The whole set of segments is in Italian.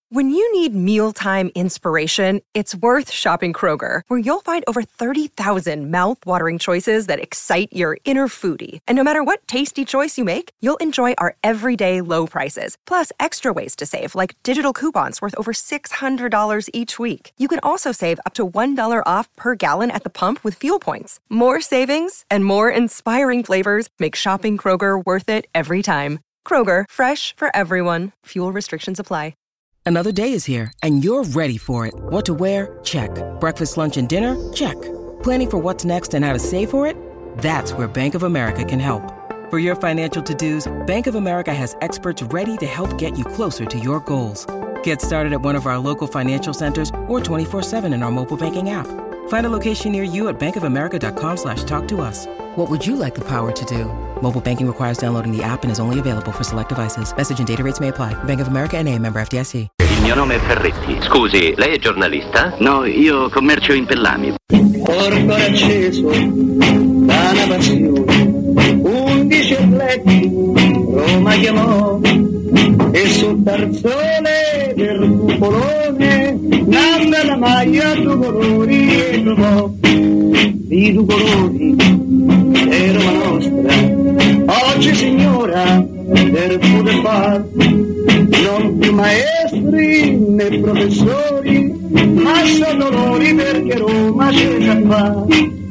When you need mealtime inspiration, it's worth shopping Kroger, where you'll find over 30,000 mouth-watering choices that excite your inner foodie. And no matter what tasty choice you make, you'll enjoy our everyday low prices, plus extra ways to save, like digital coupons worth over $600 each week. You can also save up to $1 off per gallon at the pump with fuel points. More savings and more inspiring flavors make shopping Kroger worth it every time. Kroger, fresh for everyone. Fuel restrictions apply. Another day is here, and you're ready for it. What to wear? Check. Breakfast, lunch, and dinner? Check. Planning for what's next and how to save for it? That's where Bank of America can help. For your financial to-dos, Bank of America has experts ready to help get you closer to your goals. Get started at one of our local financial centers or 24/7 in our mobile banking app. Find a location near you at bankofamerica.com/talktous. What would you like the power to do? Mobile banking requires downloading the app and is only available for select devices. Message and data rates may apply. Bank of America N.A., member FDIC. Il mio nome è Ferretti. Scusi, lei è giornalista? No, io commercio in pellami. Corpo acceso da una passione, 11 atleti Roma chiamò e sul tarzone del cupolone nanda la maglia due colori e trovò i due colori è Roma nostra. Oggi signora del poter far non più maestri né professori, ma sono loro perché Roma c'è già fa.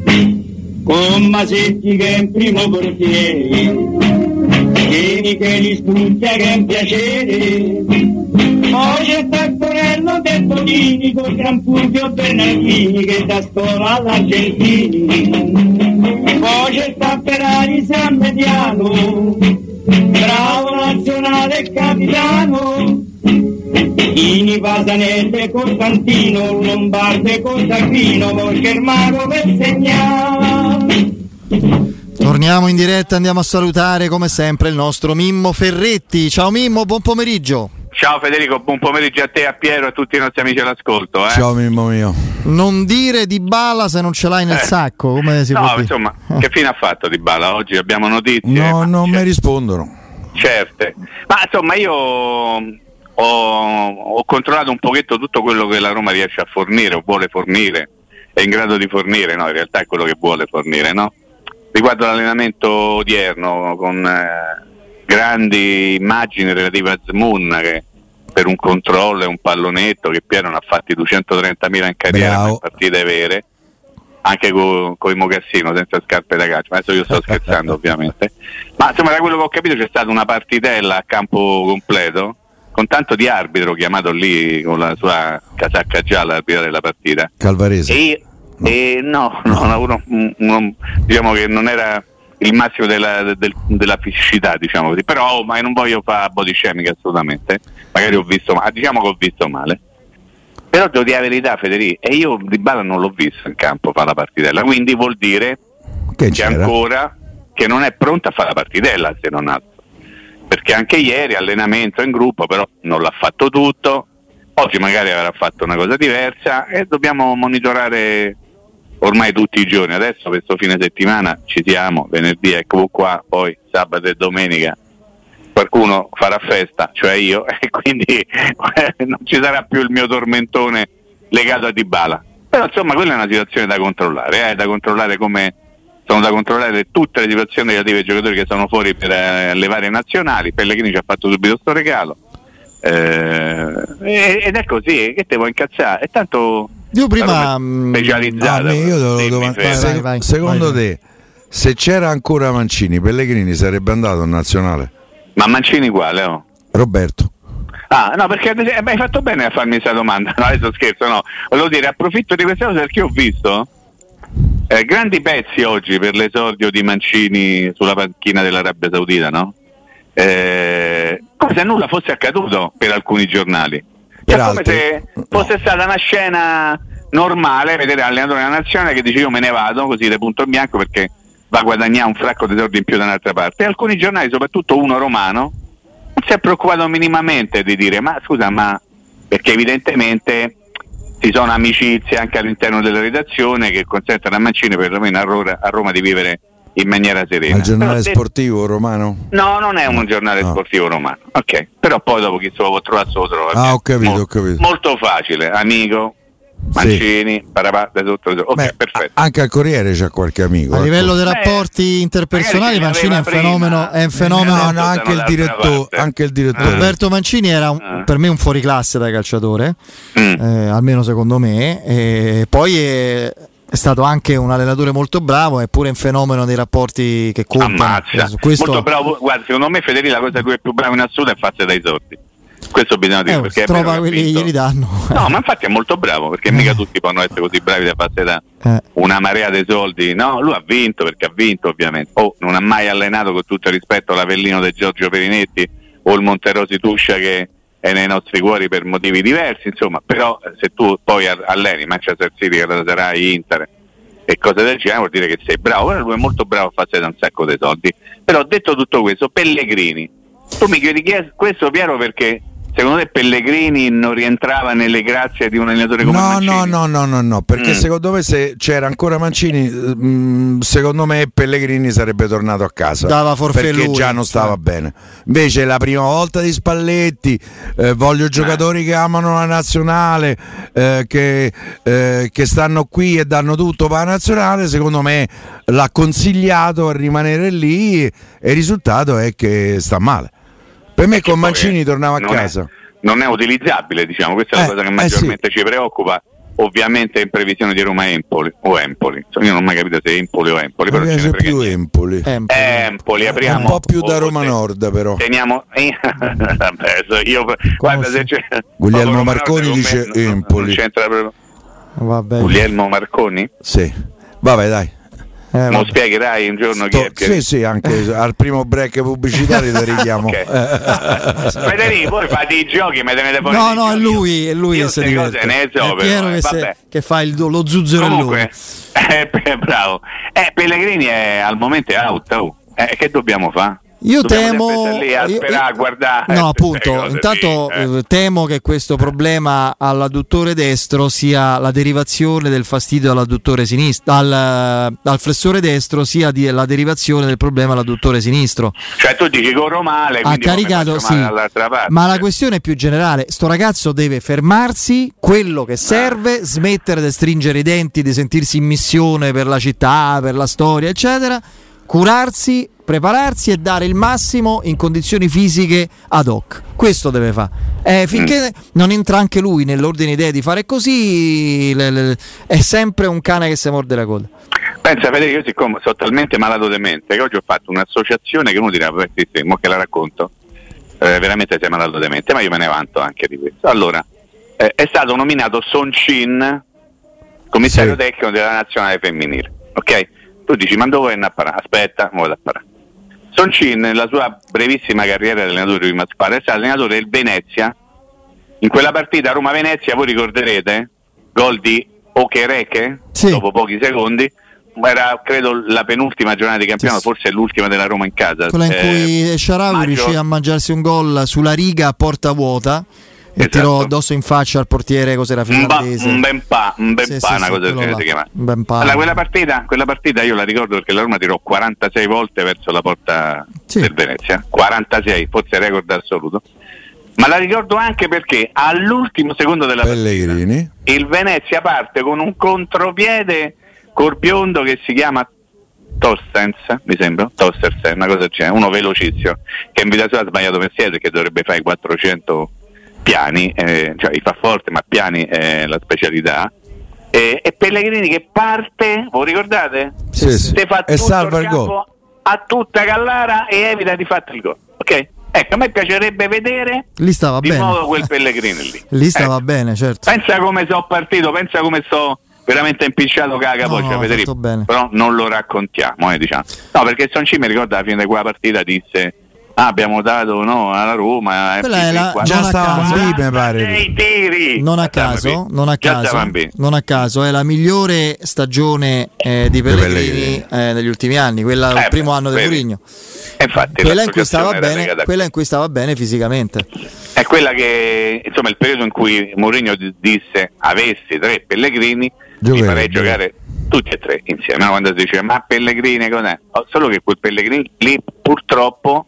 Con Masetti che è in primo portiere, Chieni che li studia che è un piacere, poi c'è Taccorello del Bonini con Gran Fulvio Bernardini che da scuola all'Argentini, poi c'è Tapperari San Mediano, bravo nazionale capitano, Ini Pasanelle Costantino, Lombarde Costantino, poi Germano per segnare. Torniamo in diretta, andiamo a salutare come sempre il nostro Mimmo Ferretti. Ciao Mimmo, buon pomeriggio. Ciao Federico, buon pomeriggio a te, a Piero e a tutti i nostri amici all'ascolto. Ciao Mimmo mio. Non dire Dybala se non ce l'hai nel sacco, come si può dire? Insomma, che fine ha fatto Dybala? Oggi abbiamo notizie. No, non mi rispondono. Certe. Ma insomma io ho controllato un pochetto tutto quello che la Roma riesce a fornire o vuole fornire, è in grado di fornire, no? In realtà è quello che vuole fornire, no? Riguardo all'allenamento odierno con grandi immagini relative a Zmoun che per un controllo e un pallonetto che Piero ne ha fatti 230.000 in carriera in partite vere, anche con i mocassino senza scarpe da calcio. Adesso io sto scherzando ovviamente, ma insomma da quello che ho capito c'è stata una partitella a campo completo con tanto di arbitro chiamato lì con la sua casacca gialla a arbitrare la partita. Calvarese. No, diciamo che non era il massimo della fisicità, diciamo così, però ma non voglio fare body shaming assolutamente, magari ho visto diciamo che ho visto male, però devo dire la verità Federico, e io Dybala non l'ho visto in campo fare la partitella, quindi vuol dire che ancora che non è pronta a fare la partitella, se non altro, perché anche ieri allenamento in gruppo però non l'ha fatto tutto, oggi magari avrà fatto una cosa diversa e dobbiamo monitorare ormai tutti i giorni. Adesso questo fine settimana ci siamo, venerdì ecco qua, poi sabato e domenica qualcuno farà festa, cioè io, e quindi non ci sarà più il mio tormentone legato a Dybala. Però insomma quella è una situazione da controllare come sono da controllare tutte le situazioni relative ai giocatori che sono fuori per le varie nazionali. Pellegrini ci ha fatto subito sto regalo, ed è così, che te vuoi incazzare? È tanto io prima specializzato. Secondo te, se c'era ancora Mancini, Pellegrini sarebbe andato in nazionale? Ma Mancini quale? Oh? Roberto. No, perché hai fatto bene a farmi questa domanda. No, adesso scherzo, no. Volevo dire, approfitto di questa cosa perché ho visto grandi pezzi oggi per l'esordio di Mancini sulla panchina dell'Arabia Saudita, no? Come se nulla fosse accaduto per alcuni giornali. Come se fosse stata una scena normale vedere l'allenatore della nazionale che dice io me ne vado così di punto in bianco perché va a guadagnare un fracco di soldi in più da un'altra parte, e alcuni giornali, soprattutto uno romano, non si è preoccupato minimamente di dire ma scusa, ma perché evidentemente ci sono amicizie anche all'interno della redazione che consentono a Mancini perlomeno a Roma di vivere in maniera serena. Il giornale sportivo romano? No, non è un giornale sportivo romano. Ok, però poi dopo chi se lo può trovare se lo trova. Ho capito. Molto facile, amico. Mancini, Parapà, tutto. Ok, perfetto. Anche al Corriere c'è qualche amico. A livello dei rapporti interpersonali Mancini è un fenomeno. No, anche il direttore. Roberto Mancini era per me un fuoriclasse da calciatore, almeno secondo me. E poi è stato anche un allenatore molto bravo, è pure un fenomeno dei rapporti che contano. Ammazza. Molto bravo. Guarda, secondo me Federico la cosa di cui è più bravo in assoluto è farsi dai soldi. Questo bisogna dire, perché trova quelli glieli danno. No, ma infatti è molto bravo, perché mica tutti possono essere così bravi da farsi da una marea di soldi. No, lui ha vinto perché ha vinto, ovviamente. Non ha mai allenato, con tutto il rispetto, l'Avellino di Giorgio Perinetti o il Monterosi Tuscia, che è nei nostri cuori per motivi diversi, insomma. Però se tu poi alleni Manchester City, Galatasaray, Inter e cose del genere, vuol dire che sei bravo. Però lui è molto bravo a farsi da un sacco di soldi. Però detto tutto questo, Pellegrini, tu mi chiedi questo, Piero, perché secondo te Pellegrini non rientrava nelle grazie di un allenatore come Mancini? No, perché secondo me se c'era ancora Mancini, secondo me Pellegrini sarebbe tornato a casa. Dava forfè perché lui, già non stava bene. Invece la prima volta di Spalletti, voglio giocatori che amano la nazionale, che stanno qui e danno tutto per la nazionale, secondo me l'ha consigliato a rimanere lì e il risultato è che sta male. Per me con Mancini tornava a casa. Non è utilizzabile, diciamo, questa è la cosa che maggiormente ci preoccupa, ovviamente in previsione di Roma Empoli o Empoli. Io non ho mai capito se è Empoli o Empoli, però c'è più Empoli. Apriamo un po' più da Roma Nord, però. Teniamo guarda, se c'è Guglielmo Marconi dice Empoli. Guglielmo Marconi? Sì. Vabbè, dai. Lo spiegherai un giorno chi è? Sì, anche al primo break pubblicitario ti richiamo. Federico, poi fate i giochi, mi tenete fuori. No, è lui che si diverte. È Piero che fa lo zuzzero. Comunque, bravo. Pellegrini è al momento out. Che dobbiamo fare? Io temo lì a sperare, a guardare. No, appunto, intanto temo che questo problema all'adduttore destro sia la derivazione del fastidio all'adduttore sinistro, al flessore destro sia la derivazione del problema all'adduttore sinistro. Cioè tu dici corro male, quindi ha caricato, sì, dall'altra parte. Ma la questione è più generale. Sto ragazzo deve fermarsi, quello che serve, smettere di stringere i denti, di sentirsi in missione per la città, per la storia, eccetera, curarsi, prepararsi e dare il massimo in condizioni fisiche ad hoc. Questo deve fare. Finché non entra anche lui nell'ordine idee di fare così, è sempre un cane che si morde la coda. Pensa Federico, io siccome sono talmente malato di mente che oggi ho fatto un'associazione che uno dirà, mo che la racconto, veramente sei malato di mente, ma io me ne vanto anche di questo. Allora, è stato nominato Son Chin commissario tecnico della nazionale femminile, ok? Tu dici, ma dove è a parare? Aspetta, mo vado a parare. Son Chin, nella sua brevissima carriera di allenatore di squadra, è stato allenatore del Venezia. In quella partita Roma-Venezia, voi ricorderete, gol di Okereke, dopo pochi secondi, era credo la penultima giornata di campionato, forse l'ultima della Roma in casa. Quella in cui Shaarawy riuscì a mangiarsi un gol sulla riga a porta vuota e tirò addosso in faccia al portiere, cos'era, finlandese. Un ben pa, una cosa del si chiama. Allora, quella partita io la ricordo perché la Roma tirò 46 volte verso la porta del Venezia, 46, forse record assoluto. Ma la ricordo anche perché all'ultimo secondo della Pellegrini, partita il Venezia parte con un contropiede corbiondo che si chiama Torstens, mi sembra, Torstens, una cosa c'è, uno velocissimo, che in vita sua ha sbagliato pensiero perché dovrebbe fare 400 piani, cioè i fa forte ma piani è la specialità, e Pellegrini che parte, voi ricordate? Sì. Te fa e tutto salva il campo gol a tutta Gallara e evita di fare il gol, ok? Ecco, a me piacerebbe vedere lì stava di bene. nuovo quel Pellegrini lì stava bene, certo. Pensa come sono partito, pensa come sto veramente impicciato con la capoccia, Federico, però non lo raccontiamo, diciamo. No, perché Son Chin mi ricorda alla fine di quella partita disse abbiamo dato alla Roma, già stavamo lì, mi pare. Non a caso è la migliore stagione di Pellegrini negli ultimi anni, quella il primo anno del Mourinho. Infatti, quella in cui stava bene fisicamente. È quella che, insomma, il periodo in cui Mourinho disse avessi 3 Pellegrini mi farei giocare tutti e tre insieme, no? Quando si dice ma Pellegrini cos'è? Solo che quel Pellegrini lì purtroppo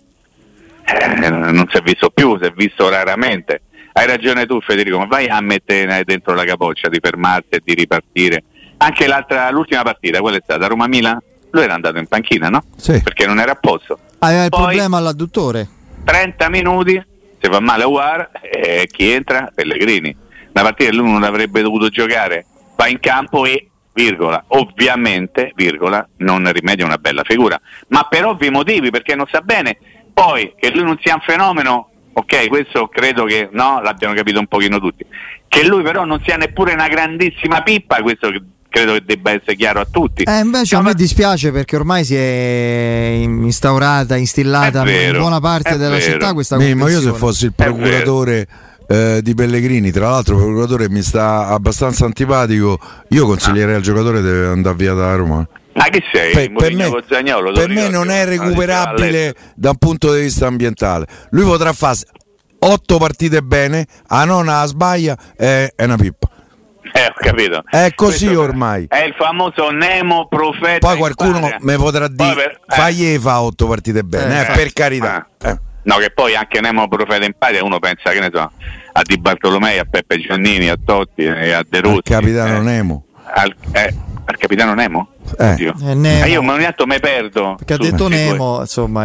non si è visto più, si è visto raramente. Hai ragione tu Federico, ma vai a mettere dentro la capoccia di fermarsi e di ripartire. Anche l'ultima partita, quella è stata Roma-Milan, lui era andato in panchina, no? Sì. Perché non era a posto. Aveva il problema all'adduttore. 30 minuti, se fa male Aouar, chi entra? Pellegrini. Una partita che lui non avrebbe dovuto giocare, va in campo e, virgola, ovviamente, virgola, non rimedia una bella figura, ma per ovvi motivi, perché non sa bene. Poi, che lui non sia un fenomeno, ok, questo credo che no, l'abbiano capito un pochino tutti. Che lui però non sia neppure una grandissima pippa, questo credo che debba essere chiaro a tutti. Invece a me dispiace perché ormai si è instaurata, instillata in buona parte della città questa convinzione. Io se fossi il procuratore di Pellegrini, tra l'altro il procuratore mi sta abbastanza antipatico, io consiglierei al giocatore di andare via da Roma. Ma chi sei? Per me non è recuperabile da un punto di vista ambientale. Lui potrà fare 8 partite bene, a nona sbaglia, è una pippa. Ho capito. È così ormai. È il famoso Nemo profeta. Poi qualcuno mi potrà dire fagli fa 8 partite bene, per carità. No, che poi anche Nemo profeta in patria, uno pensa, che ne so, a Di Bartolomei, a Peppe Giannini, a Totti e a De Rossi. Al capitano Nemo. Al capitano Nemo? Nemo. Io ogni tanto me perdo. Perché ha detto Nemo, insomma,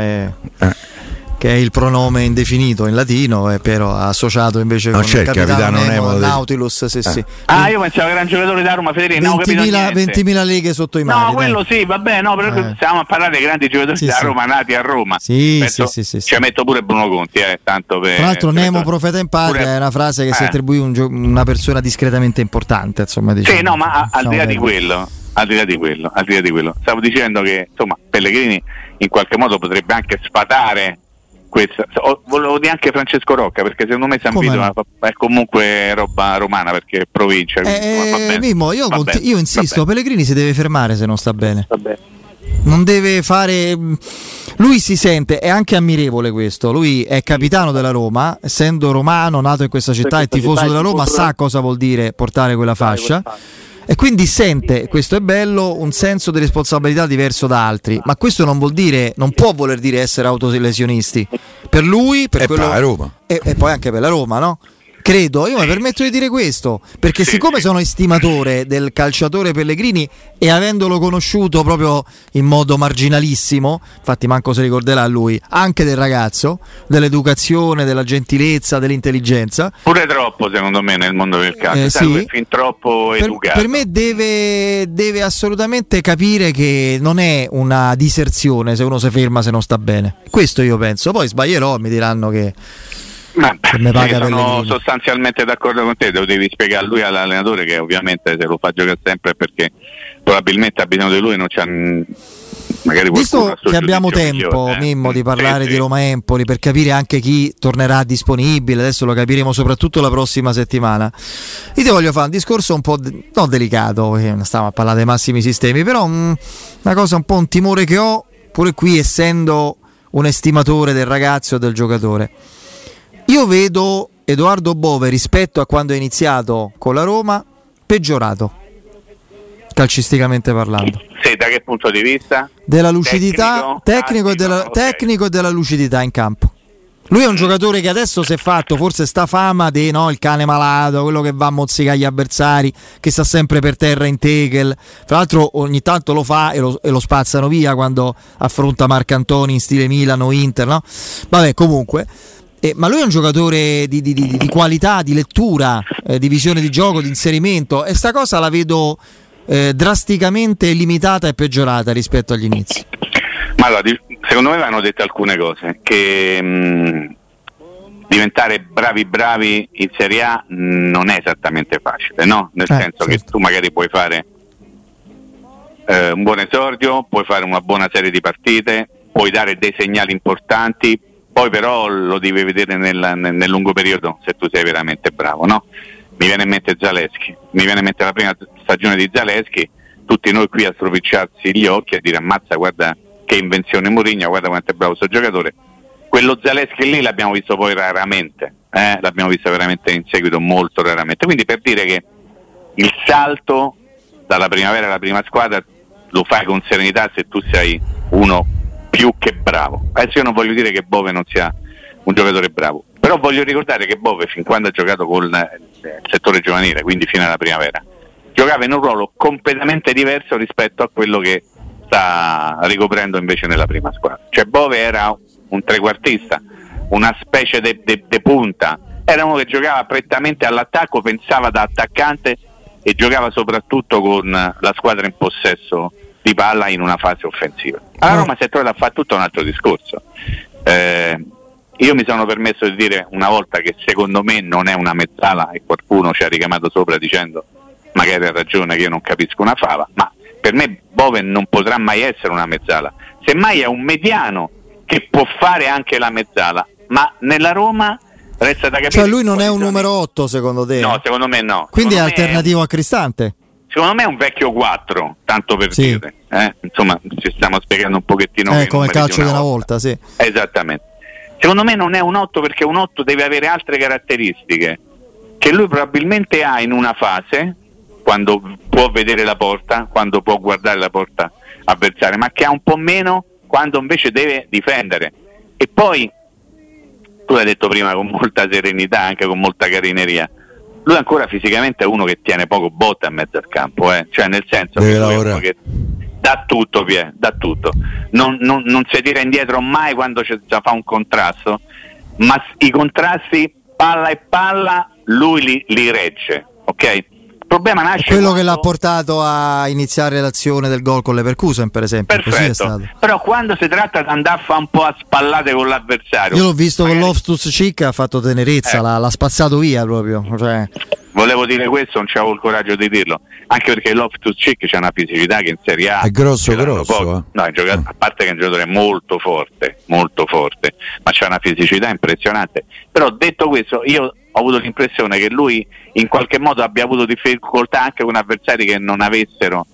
che è il pronome indefinito in latino, però associato invece con il capitano Nemo Nautilus. Sì. Io pensavo che era un giocatore da Roma, Federico. 20.000 leghe sotto i mari. No, quello sì, vabbè, no, però stiamo a parlare dei grandi giocatori da Roma nati a Roma. Sì. Ci metto pure Bruno Conti, tanto per. Tra l'altro, Nemo profeta in patria è una frase che si attribuì una persona discretamente importante, insomma. Diciamo. Sì, no, ma al di là di quello. Al di là di quello, stavo dicendo che insomma Pellegrini in qualche modo potrebbe anche sfatare questa. Volevo dire anche Francesco Rocca, perché secondo me San Vito è comunque roba romana, perché è provincia. Mimmo, io insisto, Pellegrini si deve fermare se non sta bene. Non deve fare. Lui si sente, è anche ammirevole questo. Lui è capitano della Roma, essendo romano, nato in questa città e tifoso della Roma, sa cosa vuol dire portare quella fascia. E quindi sente, questo è bello, un senso di responsabilità diverso da altri, ma questo non può voler dire essere autolesionisti per lui, per quello, per Roma. E poi anche per la Roma, no? Credo, io mi permetto di dire questo, perché siccome sono estimatore del calciatore Pellegrini e avendolo conosciuto proprio in modo marginalissimo, infatti manco se ricorderà lui, anche del ragazzo, dell'educazione, della gentilezza, dell'intelligenza. Pure troppo secondo me nel mondo del calcio, è fin troppo educato. Per me deve assolutamente capire che non è una diserzione se uno si ferma se non sta bene. Questo io penso, poi sbaglierò, mi diranno che sono sostanzialmente d'accordo con te, devi spiegare a lui, all'allenatore, che ovviamente se lo fa giocare sempre è perché probabilmente ha bisogno di lui, non c'ha magari. Visto che abbiamo tempo, Mimmo, di parlare di Roma Empoli, per capire anche chi tornerà disponibile, adesso lo capiremo soprattutto la prossima settimana, io ti voglio fare un discorso un po' non delicato, perché non stiamo a parlare dei massimi sistemi, però una cosa, un po' un timore che ho pure qui, essendo un estimatore del ragazzo e del giocatore. Io vedo Edoardo Bove, rispetto a quando è iniziato con la Roma, peggiorato, calcisticamente parlando. Sì, da che punto di vista? Della lucidità, tecnico e della lucidità in campo. Lui è un giocatore che adesso si è fatto forse sta fama di il cane malato, quello che va a mozzicare gli avversari, che sta sempre per terra in tackle. Tra l'altro ogni tanto lo fa e lo spazzano via quando affronta Marcantoni in stile Milan o Inter, no? Vabbè, comunque. Ma lui è un giocatore di qualità, di lettura, di visione di gioco, di inserimento, e sta cosa la vedo drasticamente limitata e peggiorata rispetto agli inizi. Ma allora, secondo me vanno dette alcune cose, che diventare bravi in Serie A non è esattamente facile, no? Nel senso che tu magari puoi fare un buon esordio, puoi fare una buona serie di partite, puoi dare dei segnali importanti, poi però lo devi vedere nel lungo periodo se tu sei veramente bravo, no? Mi viene in mente Zalewski, mi viene in mente la prima stagione di Zalewski, tutti noi qui a stropicciarsi gli occhi e dire ammazza, guarda che invenzione Mourinho, guarda quanto è bravo questo giocatore. Quello Zalewski lì l'abbiamo visto poi raramente, l'abbiamo visto veramente in seguito molto raramente, quindi per dire che il salto dalla primavera alla prima squadra lo fai con serenità se tu sei uno più che bravo. Adesso io non voglio dire che Bove non sia un giocatore bravo, però voglio ricordare che Bove, fin quando ha giocato con il settore giovanile, quindi fino alla primavera, giocava in un ruolo completamente diverso rispetto a quello che sta ricoprendo invece nella prima squadra. Cioè Bove era un trequartista, una specie de punta, era uno che giocava prettamente all'attacco, pensava da attaccante e giocava soprattutto con la squadra in possesso di palla in una fase offensiva. Alla Roma si è trovato a fare tutto un altro discorso. Io mi sono permesso di dire una volta che secondo me non è una mezzala, e qualcuno ci ha richiamato sopra dicendo magari ha ragione che io non capisco una fava, ma per me Bove non potrà mai essere una mezzala, semmai è un mediano che può fare anche la mezzala, ma nella Roma resta da capire. Cioè lui non è un numero 8 secondo te? No, secondo me no. Quindi secondo è alternativo a Cristante? Secondo me è un vecchio 4, tanto per dire. Insomma, ci stiamo spiegando un pochettino. Come calcio di una volta, sì. Esattamente. Secondo me non è un 8 perché un 8 deve avere altre caratteristiche che lui probabilmente ha in una fase, quando può vedere la porta, quando può guardare la porta avversaria, ma che ha un po' meno quando invece deve difendere. E poi, tu l'hai detto prima con molta serenità, anche con molta carineria, lui ancora fisicamente è uno che tiene poco botte a mezzo al campo, cioè nel senso che lui è uno che dà tutto, dà tutto, non si tira indietro mai quando fa un contrasto, ma i contrasti palla e palla lui li regge, ok? Il problema nasce quello che l'ha portato a iniziare l'azione del gol con Leverkusen, per esempio. Perfetto. Così è stato. Però quando si tratta di andare a fare un po' a spallate con l'avversario, io l'ho visto con Loftus-Cheek, ha fatto tenerezza, l'ha spazzato via proprio, cioè. Volevo dire questo, non c'avevo il coraggio di dirlo, anche perché Loftus-Cheek c'è una fisicità che in Serie A è grosso. No, a parte che è un giocatore molto forte, ma c'è una fisicità impressionante. Però detto questo, io ho avuto l'impressione che lui in qualche modo abbia avuto difficoltà anche con avversari che non avessero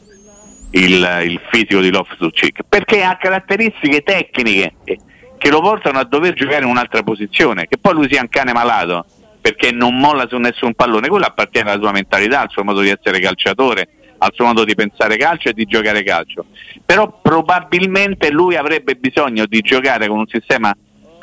il fisico di Loftus-Cheek, perché ha caratteristiche tecniche che lo portano a dover giocare in un'altra posizione. Che poi lui sia un cane malato perché non molla su nessun pallone, quello appartiene alla sua mentalità, al suo modo di essere calciatore, al suo modo di pensare calcio e di giocare calcio. Però probabilmente lui avrebbe bisogno di giocare con un sistema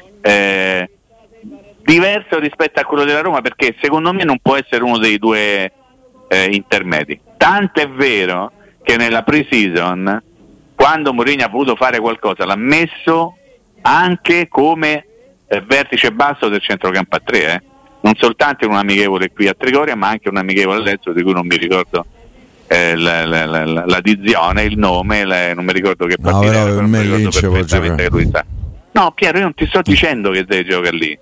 diverso rispetto a quello della Roma, perché secondo me non può essere uno dei due intermedi. Tanto è vero che nella pre-season, quando Mourinho ha voluto fare qualcosa, l'ha messo anche come vertice basso del centrocampo a 3, non soltanto in un amichevole qui a Trigoria, ma anche un amichevole all'estero di cui non mi ricordo la dizione, il nome, non mi ricordo che partita era, non mi ricordo perfettamente che lui sa. No Piero, io non ti sto dicendo che devi giocare lì,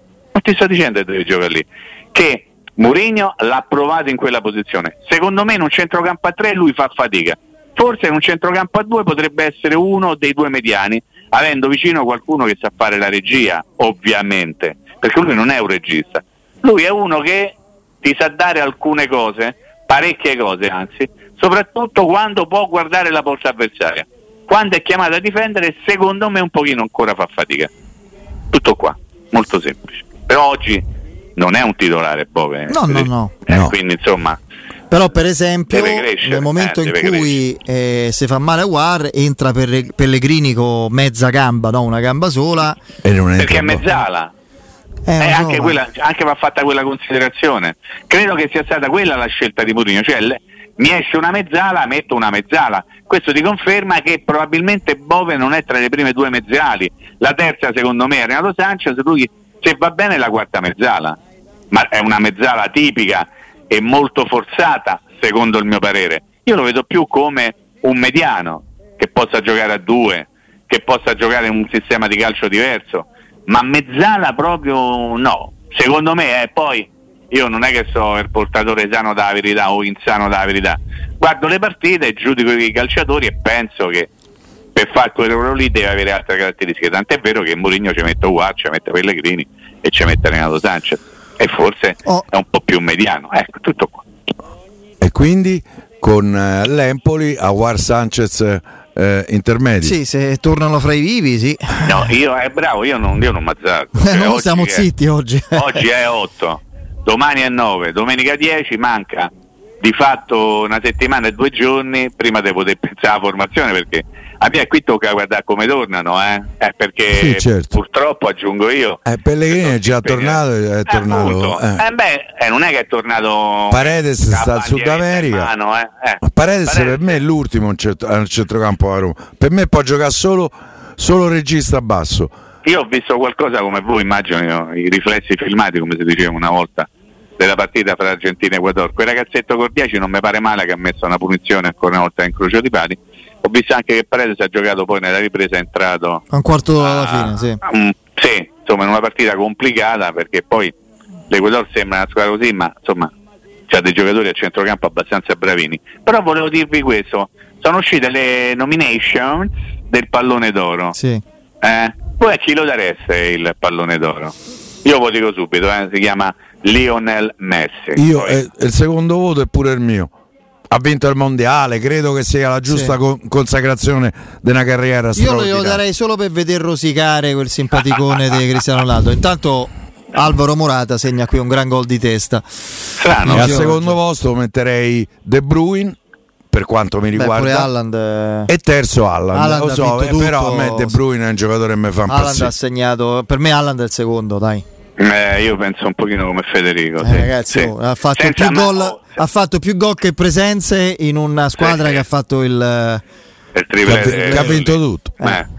che Mourinho l'ha provato in quella posizione. Secondo me in un centrocampo a 3 lui fa fatica, forse in un centrocampo a 2 potrebbe essere uno dei due mediani, avendo vicino qualcuno che sa fare la regia, ovviamente, perché lui non è un regista, lui è uno che ti sa dare alcune cose, parecchie cose anzi, soprattutto quando può guardare la porta avversaria. Quando è chiamato a difendere, secondo me un pochino ancora fa fatica. Tutto qua, molto semplice. Però oggi non è un titolare Bove. No. Quindi insomma. Però per esempio nel momento in cui si fa male a War, entra Pellegrini con mezza gamba, no, una gamba sola, perché è mezzala. Anche va fatta quella considerazione. Credo che sia stata quella la scelta di Mourinho, cioè mi esce una mezzala, metto una mezzala. Questo ti conferma che probabilmente Bove non è tra le prime due mezzali. La terza secondo me è Renato Sanchez, lui se va bene la quarta mezzala, ma è una mezzala tipica e molto forzata secondo il mio parere. Io lo vedo più come un mediano che possa giocare a 2, che possa giocare in un sistema di calcio diverso, ma mezzala proprio no, secondo me. Poi io non è che so il portatore sano della verità o insano della verità, guardo le partite, giudico i calciatori e penso che per fare quel ruolo lì deve avere altre caratteristiche, tant'è vero che Mourinho ci mette War, ci mette Pellegrini e ci mette Renato Sanchez e forse è un po' più mediano, ecco, tutto qua. E quindi con l'Empoli a War, Sanchez intermedi. Sì, se tornano fra i vivi, sì. No, io bravo, io non m'azzardo. Noi stiamo zitti oggi. Oggi è 8, domani è 9, domenica 10, manca di fatto una settimana e 2 giorni prima di poter pensare alla formazione, perché a me qui tocca guardare come tornano, perché sì, certo. Purtroppo aggiungo io Pellegrini è già tornato, non è che è tornato Paredes sta al Sud America. Paredes per me è l'ultimo al centrocampo a Roma, per me può giocare solo regista basso. Io ho visto qualcosa come voi, immagino, i riflessi filmati, come si diceva una volta, della partita fra Argentina e Ecuador. Quel ragazzetto con 10 non mi pare male, che ha messo una punizione ancora una volta in croce di pali. Ho visto anche che Paredes ha giocato poi nella ripresa, è entrato a un quarto alla fine, sì. Sì, insomma, in una partita complicata, perché poi l'Ecuador sembra una squadra così, ma insomma c'ha dei giocatori a centrocampo abbastanza bravini. Però volevo dirvi questo: sono uscite le nominations del pallone d'oro. Sì. Voi a chi lo dareste il pallone d'oro? Io lo dico subito, si chiama Lionel Messi. Il secondo voto è pure il mio. Ha vinto il mondiale, credo che sia la giusta consacrazione di una carriera straordinaria. Io lo darei solo per veder rosicare quel simpaticone di Cristiano Ronaldo. Intanto Alvaro Morata segna qui un gran gol di testa. E al secondo posto metterei De Bruyne, per quanto mi riguarda, Haaland, e terzo Haaland. Lo so, però a me De Bruyne è un giocatore che mi fa impazzire. Haaland ha segnato, per me Haaland è il secondo, dai. Io penso un pochino come Federico, ragazzi, ha fatto più gol, ha fatto più gol che presenze in una squadra che ha fatto il triplete, che ha vinto tutto.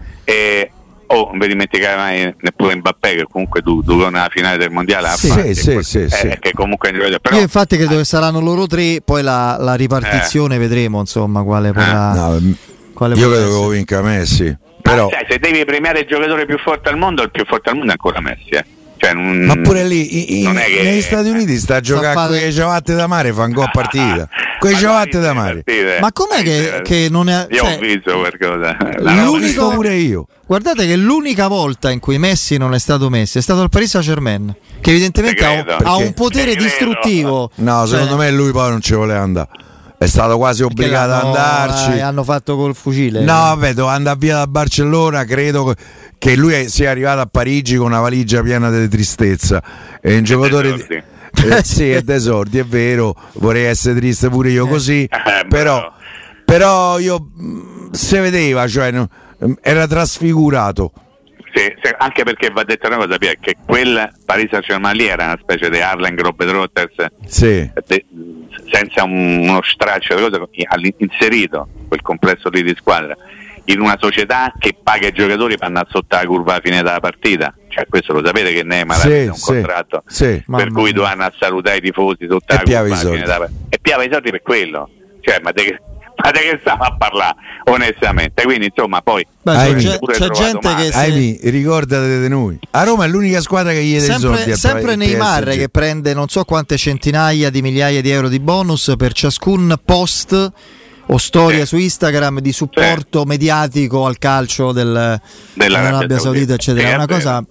Non vi dimenticare mai neppure Mbappé, che comunque giocò nella finale del mondiale. Sì. Che comunque però, io infatti credo che saranno loro tre, poi la ripartizione vedremo, insomma, quale potrà. Io credo che lo vinca Messi. Però se devi premiare il giocatore più forte al mondo, il più forte al mondo è ancora Messi. Cioè, ma pure lì negli Stati Uniti sta a giocare con quei ciabatte da mare, fa un gol partita. Quei ciabatte da mare. Ma com'è che non è? Io ho visto qualcosa. L'ho visto pure io. Guardate che l'unica volta in cui Messi non è stato Messi è stato al Paris Saint-Germain, che evidentemente ha un potere distruttivo. No, secondo me lui poi non ci voleva andare. È stato quasi obbligato ad andarci. Hanno fatto col fucile. No, vabbè, doveva andare via da Barcellona. Credo che lui sia arrivato a Parigi con una valigia piena di tristezza. È un giocatore sì, è d'esordi, è vero. Vorrei essere triste pure io così. Però io si vedeva, cioè era trasfigurato. Sì, anche perché va detto una cosa, Pier, che quel Paris Saint-Germain lì era una specie di Harlem Globetrotters, senza uno straccio di cose, inserito quel complesso lì di squadra in una società che paga i giocatori per andare sotto la curva alla fine della partita. Cioè, questo lo sapete che Neymar ha un contratto per cui dovranno salutare i tifosi sotto la curva alla fine della partita. E piava i soldi per quello. Cioè, ma che stiamo a parlare onestamente? Quindi insomma poi c'è gente che ricordate di noi. A Roma è l'unica squadra che gli dà i soldi. Sempre Neymar che prende non so quante centinaia di migliaia di euro di bonus per ciascun post o storia su Instagram di supporto mediatico al calcio dell'Arabia Saudita, eccetera. È una cosa. A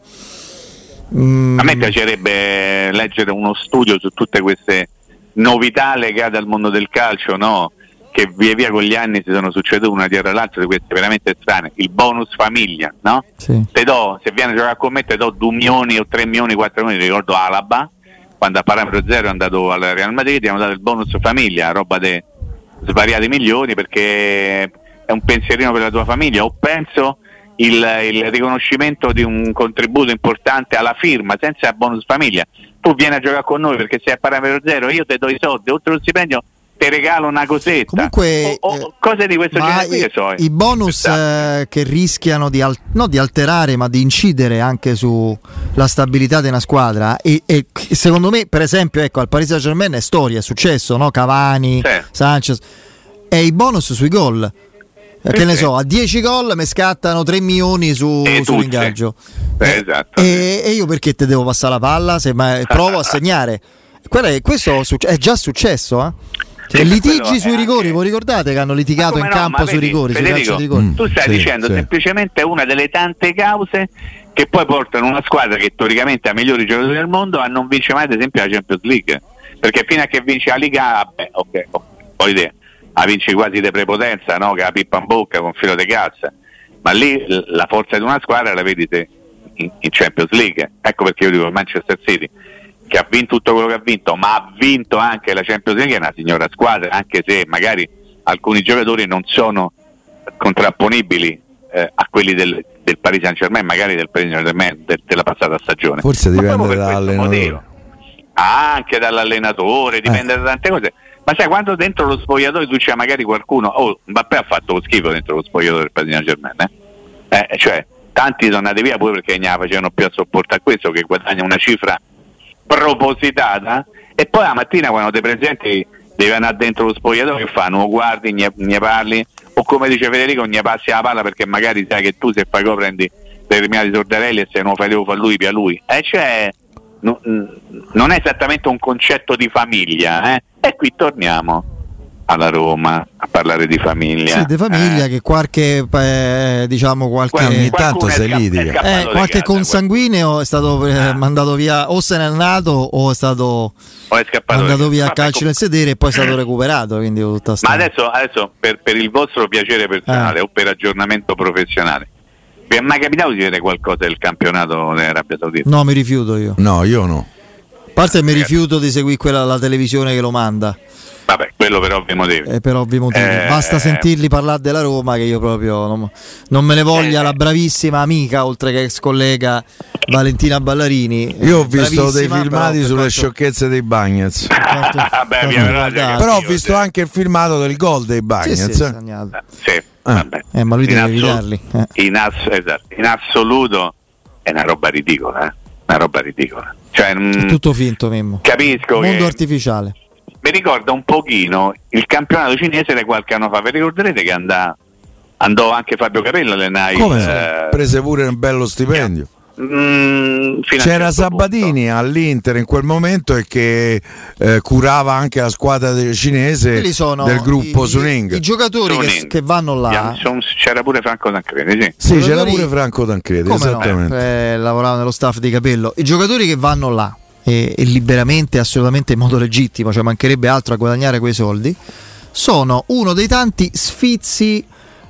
me piacerebbe leggere uno studio su tutte queste novità legate al mondo del calcio, no? Che via con gli anni si sono succedute una dietro l'altra, di queste veramente strane. Il bonus famiglia, no? Sì. Se viene a giocare con me te do 2 milioni o 3 milioni, 4 milioni. Ricordo Alaba, quando a parametro zero è andato al Real Madrid, gli hanno dato il bonus famiglia, roba di svariati milioni, perché è un pensierino per la tua famiglia. O penso il riconoscimento di un contributo importante alla firma senza bonus famiglia. Tu vieni a giocare con noi perché sei a parametro zero, io ti do i soldi, oltre lo stipendio ti regalo una cosetta. Comunque cose di questo genere i bonus che rischiano non di alterare ma di incidere anche sulla stabilità di una squadra e secondo me, per esempio, ecco, al Paris Saint-Germain è storia, è successo, no? Cavani, Sanchez, e i bonus sui gol. Che ne so, a 10 gol mi scattano 3 milioni sull'ingaggio. Esatto. E io perché te devo passare la palla se provo a segnare? Questo è già successo, litigi sui rigori, voi ricordate che hanno litigato in campo sui rigori? Federico, tu stai dicendo semplicemente una delle tante cause che poi portano una squadra che teoricamente ha migliori giocatori del mondo a non vincere mai, ad esempio, la Champions League, perché fino a che vince la Liga, poi la vinci quasi di prepotenza, no? Che la pippa in bocca con filo di cazzo, ma lì la forza di una squadra la vedi in Champions League. Ecco perché io dico Manchester City che ha vinto tutto quello che ha vinto, ma ha vinto anche la Champions League, è una signora squadra, anche se magari alcuni giocatori non sono contrapponibili a quelli del Paris Saint-Germain, magari del Paris Saint-Germain della passata stagione. Forse dipende dall'allenatore. Anche dall'allenatore, dipende da tante cose. Ma sai, quando dentro lo spogliatoio tu c'è magari qualcuno, Mbappé ha fatto lo schifo dentro lo spogliatoio del Paris Saint-Germain, cioè tanti sono andati via pure perché ne facevano più a sopportare questo, che guadagna una cifra propositata, e poi la mattina quando ti presenti devi andare dentro lo spogliatoio, che fanno? O guardi, ne parli, o come dice Federico, ne passi la palla perché magari sai che tu se fai go prendi determinati sordarelli e se non fai devo fare lui via lui, cioè non è esattamente un concetto di famiglia, e qui torniamo alla Roma a parlare di famiglia. Sì, di famiglia, che qualche ogni tanto se litiga, qualche consanguineo è stato mandato via, o se n'è andato o è stato mandato via a calci nel sedere e poi è stato recuperato, quindi tutta ma adesso per il vostro piacere personale o per aggiornamento professionale, vi è mai capitato di vedere qualcosa del campionato dell'Arabia Saudita? No, mi rifiuto io. No, io no. A parte mi rifiuto di seguire quella la televisione che lo manda. Vabbè, quello per ovvi motivi. Per ovvi motivi. Basta sentirli parlare della Roma, che io proprio non me ne voglia la bravissima amica, oltre che ex collega, Valentina Ballarini. Io ho visto dei filmati sulle sciocchezze dei Bagnets. Però ho visto anche il filmato del gol dei Bagnets. Sì, vabbè. Ma lui deve evitarli. In assoluto è una roba ridicola, una roba ridicola. Cioè, è tutto finto, Mimmo. Capisco. Mondo artificiale. Mi ricorda un pochino il campionato cinese di qualche anno fa. Vi ricorderete che andò anche Fabio Capello allenare? Come? Prese pure un bello stipendio. C'era Sabatini all'Inter in quel momento e che curava anche la squadra cinese del gruppo Suning. I giocatori che vanno là. C'era pure Franco Tancredi, sì, c'era pure Franco Tancredi, esattamente. Lavorava nello staff di Capello. I giocatori che vanno là e liberamente, assolutamente in modo legittimo, cioè mancherebbe altro a guadagnare quei soldi, sono uno dei tanti sfizi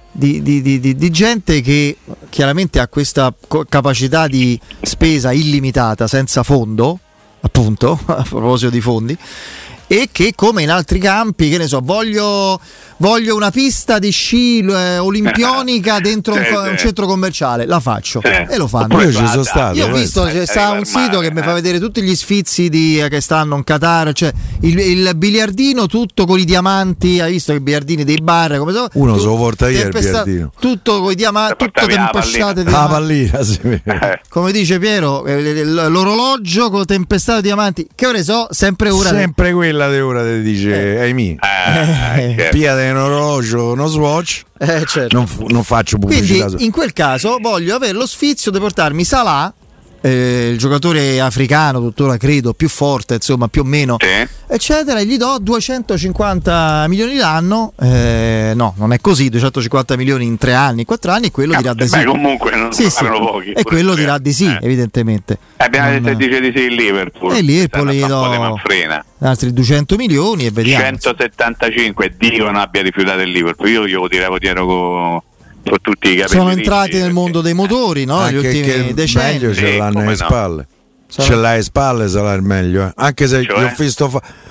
di gente che chiaramente ha questa capacità di spesa illimitata, senza fondo, appunto, a proposito di fondi, e che come in altri campi, che ne so, voglio una pista di sci olimpionica dentro un centro commerciale, la faccio, e lo fanno. Io ci sono stato. Io ho visto, c'è un sito che mi fa vedere tutti gli sfizi che stanno in Qatar, cioè il biliardino tutto con i diamanti, hai visto che i biliardini dei bar, come so, uno se lo porta via il biliardino, tutto con i diamanti, tutto tempestato di la pallina, sì. Come dice Piero, l'orologio con tempestato di diamanti, che ore so, sempre quella di ora ti dice Amy, pigliate un orologio, uno Swatch, certo. non faccio pubblicità. Quindi in quel caso voglio avere lo sfizio di portarmi Salah, il giocatore africano tuttora credo più forte, insomma, più o meno, eccetera, e gli do 250 milioni l'anno. No, non è così, 250 milioni in 3 anni, 4 anni, quello dirà di sì. Comunque non saranno pochi. E quello dirà di sì, evidentemente. Abbiamo detto dice di sì il Liverpool. E Liverpool gli do altri 200 milioni e vediamo. 175 dicono abbia rifiutato il Liverpool. Io glielo tiravo dietro con tutti i capelli. Sono entrati nel mondo dei motori, no? Gli ultimi decenni. Meglio ce l'hanno alle spalle. Ce l'hai alle spalle, sarà il meglio. Anche se io ho visto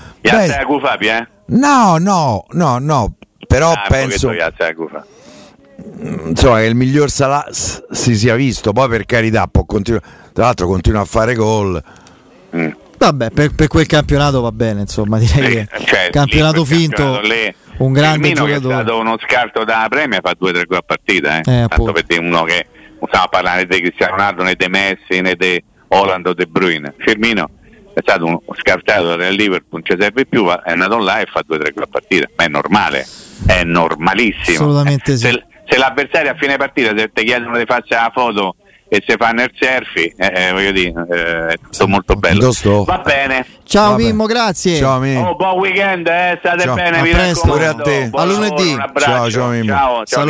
No. Però penso insomma che il miglior Salah si sia visto. Poi per carità può continuare. Tra l'altro continua a fare gol. Vabbè, per quel campionato va bene, insomma, direi che campionato finto. Un grande giocatore, che è stato uno scarto da Premier, fa 2-3 gol a partita, tanto per dire uno che non stava parlando né di Cristiano Ronaldo né di Messi né di Haaland o De Bruyne. Firmino è stato uno scartato dal Liverpool, non ci serve più, è andato là e fa 2-3 gol a partita, ma è normale, è normalissimo. Assolutamente sì. Se l'avversario a fine partita, se ti chiedono di farsi la foto e se fanno il selfie, voglio dire, è tutto molto bello. Va bene. Ciao Mimmo, grazie. Ciao Mimmo. Buon weekend, state bene, a vi presto. raccomando. A lunedì. Un abbraccio. Ciao Mimmo. Ciao.